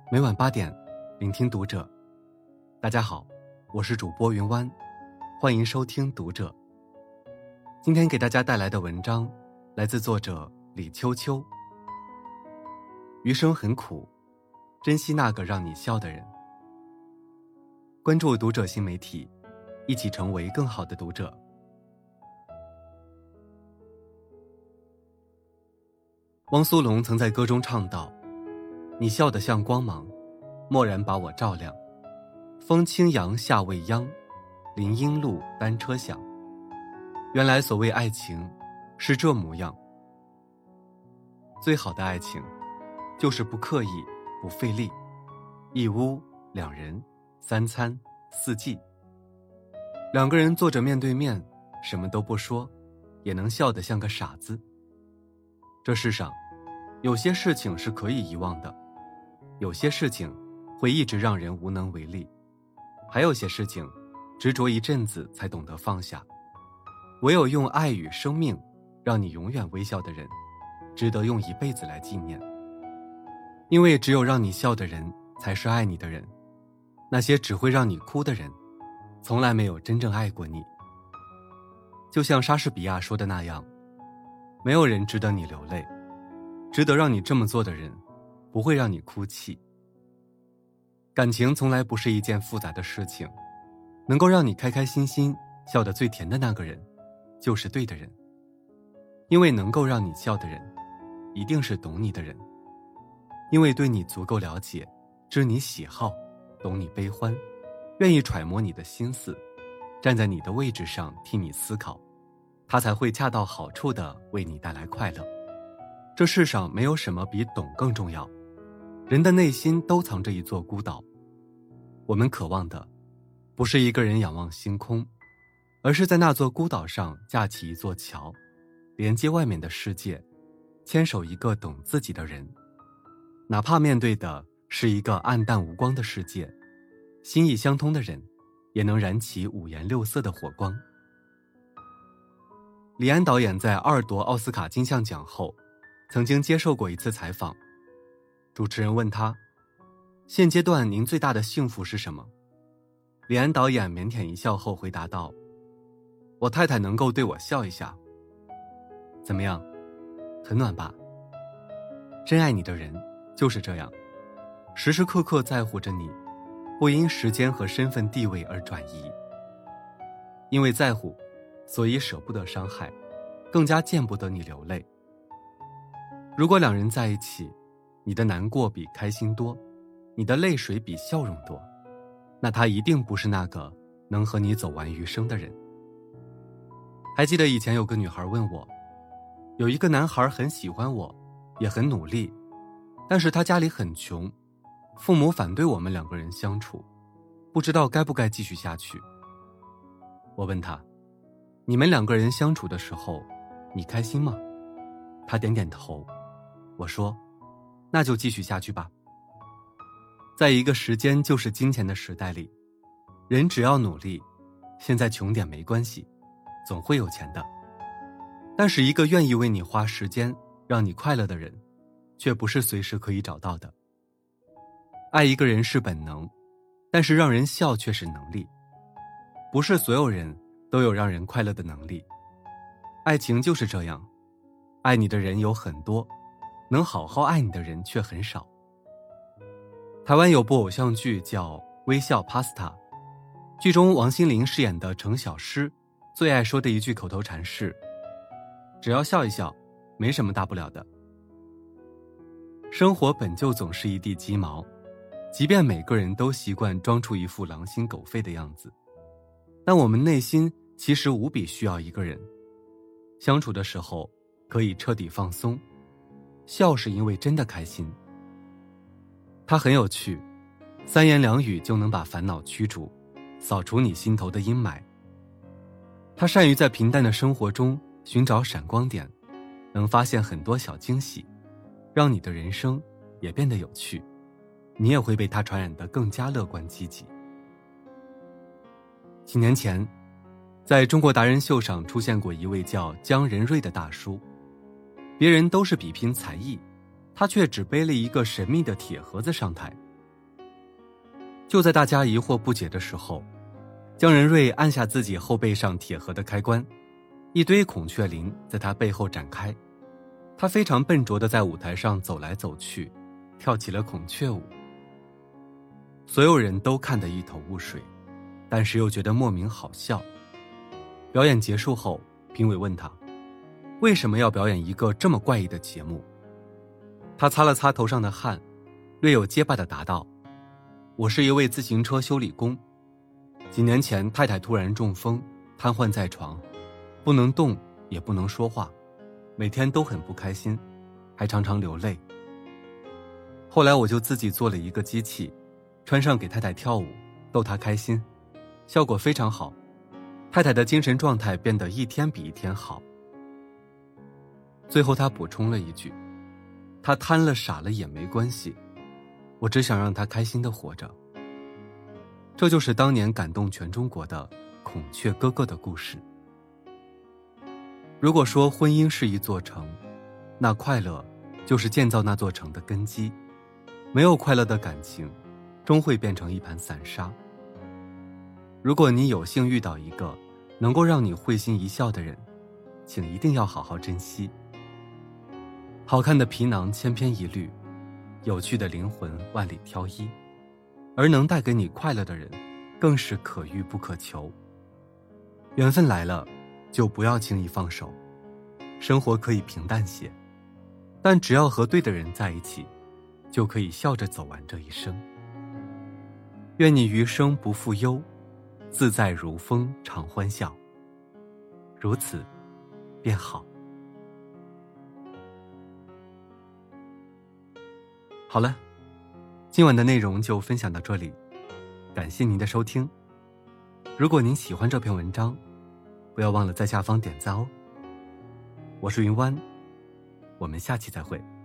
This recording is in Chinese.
每晚8点，聆听读者。大家好，我是主播云湾，欢迎收听读者。今天给大家带来的文章来自作者李秋秋。余生很苦，珍惜那个让你笑的人。关注读者新媒体，一起成为更好的读者。汪苏泷曾在歌中唱道：你笑得像光芒，蓦然把我照亮。风轻扬夏未央，林荫路单车响。原来所谓爱情是这模样。最好的爱情就是不刻意不费力，一屋2人3餐4季，两个人坐着面对面，什么都不说，也能笑得像个傻子。这世上有些事情是可以遗忘的，有些事情会一直让人无能为力，还有些事情执着一阵子才懂得放下。唯有用爱与生命让你永远微笑的人，值得用一辈子来纪念。因为只有让你笑的人才是爱你的人，那些只会让你哭的人从来没有真正爱过你。就像莎士比亚说的那样，没有人值得你流泪，值得让你这么做的人不会让你哭泣。感情从来不是一件复杂的事情，能够让你开开心心笑得最甜的那个人就是对的人。因为能够让你笑的人一定是懂你的人，因为对你足够了解，知你喜好，懂你悲欢，愿意揣摩你的心思，站在你的位置上替你思考，他才会恰到好处地为你带来快乐。这世上没有什么比懂更重要，人的内心都藏着一座孤岛，我们渴望的不是一个人仰望星空，而是在那座孤岛上架起一座桥，连接外面的世界，牵手一个懂自己的人。哪怕面对的是一个暗淡无光的世界，心意相通的人也能燃起五颜六色的火光。李安导演在2夺奥斯卡金像奖后，曾经接受过一次采访，主持人问他，现阶段您最大的幸福是什么？李安导演腼腆一笑后回答道，我太太能够对我笑一下。怎么样，很暖吧？真爱你的人就是这样，时时刻刻在乎着你，不因时间和身份地位而转移。因为在乎，所以舍不得伤害，更加见不得你流泪。如果2人在一起，你的难过比开心多，你的泪水比笑容多，那他一定不是那个能和你走完余生的人。还记得以前有个女孩问我，有一个男孩很喜欢我，也很努力，但是他家里很穷，父母反对我们2个人相处，不知道该不该继续下去。我问他，你们2个人相处的时候，你开心吗？他点点头。我说，那就继续下去吧。在一个时间就是金钱的时代里，人只要努力，现在穷点没关系，总会有钱的。但是一个愿意为你花时间让你快乐的人，却不是随时可以找到的。爱一个人是本能，但是让人笑却是能力。不是所有人都有让人快乐的能力。爱情就是这样，爱你的人有很多，能好好爱你的人却很少。台湾有部偶像剧叫《微笑 Pasta》，剧中王心凌饰演的程小诗最爱说的一句口头禅是，只要笑一笑，没什么大不了的。生活本就总是一地鸡毛，即便每个人都习惯装出一副狼心狗肺的样子，但我们内心其实无比需要一个人。相处的时候可以彻底放松，笑是因为真的开心。他很有趣，3言2语就能把烦恼驱逐，扫除你心头的阴霾。他善于在平淡的生活中寻找闪光点，能发现很多小惊喜，让你的人生也变得有趣，你也会被他传染得更加乐观积极。几年前，在中国达人秀上出现过一位叫姜仁瑞的大叔，别人都是比拼才艺，他却只背了一个神秘的铁盒子上台， 就在大家疑惑不解的时候，姜仁瑞按下自己后背上铁盒的开关，一堆孔雀翎在他背后展开，他非常笨拙地在舞台上走来走去，跳起了孔雀舞。所有人都看得一头雾水，但是又觉得莫名好笑。表演结束后，评委问他为什么要表演一个这么怪异的节目。他擦了擦头上的汗，略有结巴地答道：我是一位自行车修理工，几年前太太突然中风，瘫痪在床，不能动也不能说话，每天都很不开心，还常常流泪。后来我就自己做了一个机器，穿上给太太跳舞，逗她开心，效果非常好，太太的精神状态变得一天比一天好。最后他补充了一句，他瘫了傻了也没关系，我只想让他开心地活着。这就是当年感动全中国的孔雀哥哥的故事。如果说婚姻是一座城，那快乐就是建造那座城的根基。没有快乐的感情，终会变成一盘散沙。如果你有幸遇到一个能够让你会心一笑的人，请一定要好好珍惜。好看的皮囊千篇一律，有趣的灵魂万里挑一，而能带给你快乐的人更是可遇不可求。缘分来了，就不要轻易放手。生活可以平淡些，但只要和对的人在一起，就可以笑着走完这一生。愿你余生不负忧，自在如风常欢笑，如此便好。好了，今晚的内容就分享到这里，感谢您的收听。如果您喜欢这篇文章，不要忘了在下方点赞哦。我是云湾，我们下期再会。